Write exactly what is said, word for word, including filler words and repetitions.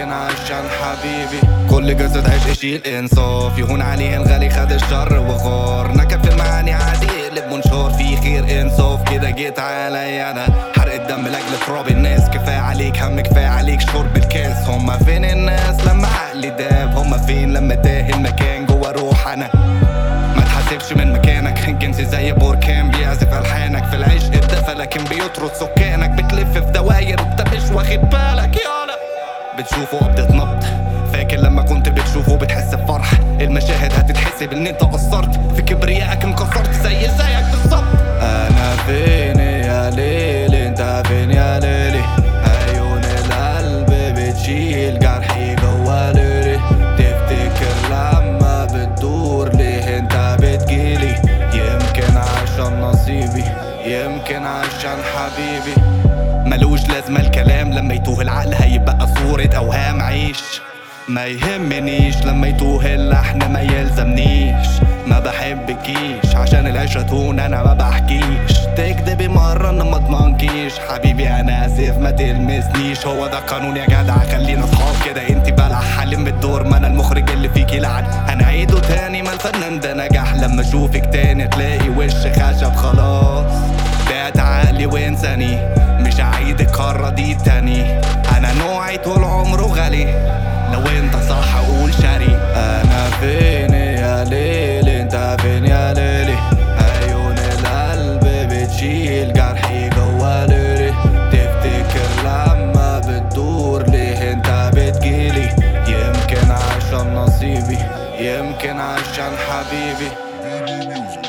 يمكن عشان حبيبي. كل جسد عيش يشيل انصاف، يهون عليه الغالي خد الشر وغار. نكد في المعاني عادي يقلب منشار، في خير انصاف كده جيت علي انا. حرق الدم لاجل تراب الناس، كفايه عليك هم كفايه عليك شرب الكاس. هما فين الناس لما عقلي داب؟ هما فين لما تاه المكان جوا روح انا؟ ما تحاسبش من مكانك، الجنس زي بركان بيعزف الحانك. في العشق اتدفى لكن بيطرد سكانك، بتلف في دواير انت مش واخد بالك. يالا بتشوفه قبضة نبض، فاكر لما كنت بتشوفه بتحس بفرح. المشاهد هتتحسب ان انت قصرت في كبريائك، انكسرت زي زيك بالظبط. انا فين يا ليلي انت فين يا ليلي؟ عيون القلب بتشيل جرحي جوا ليلي. تفتكر لما بتدور ليه انت بتجيلي؟ يمكن عشان نصيبي، يمكن عشان حبيبي. ملوش لازمة الكلام لما يتوه العقل، هيبقى صورة أوهام عيش. ما يهمنيش لما يتوه اللحن، ما يلزمنيش. ما بحبكيش عشان العشرة تهون، أنا ما بحكيش. تكدبي مرة أنا ما اضمنكيش حبيبي، أنا آسف ما تلمسنيش. هو ده قانون يا جدع، خلينا صحاب كده. انتي بلح حلم بالدور، ما أنا المخرج اللي فيكي لعن. أنا عيده تاني، ما الفنان ده نجح. لما أشوفك تاني تلاقي وش خشب خلاص. بعت عقلي وانساني، مش هعيد الكرة دي تاني. أنا نوعي طول عمره غالي، لو انت صح قول شاري. أنا فين يا ليلي انت فين يا ليلي؟ عيون القلب بتشيل جرحي جوا ليلي. تفتكر لما بتدور ليه انت بتجيلي؟ يمكن عشان نصيبي، يمكن عشان حبيبي.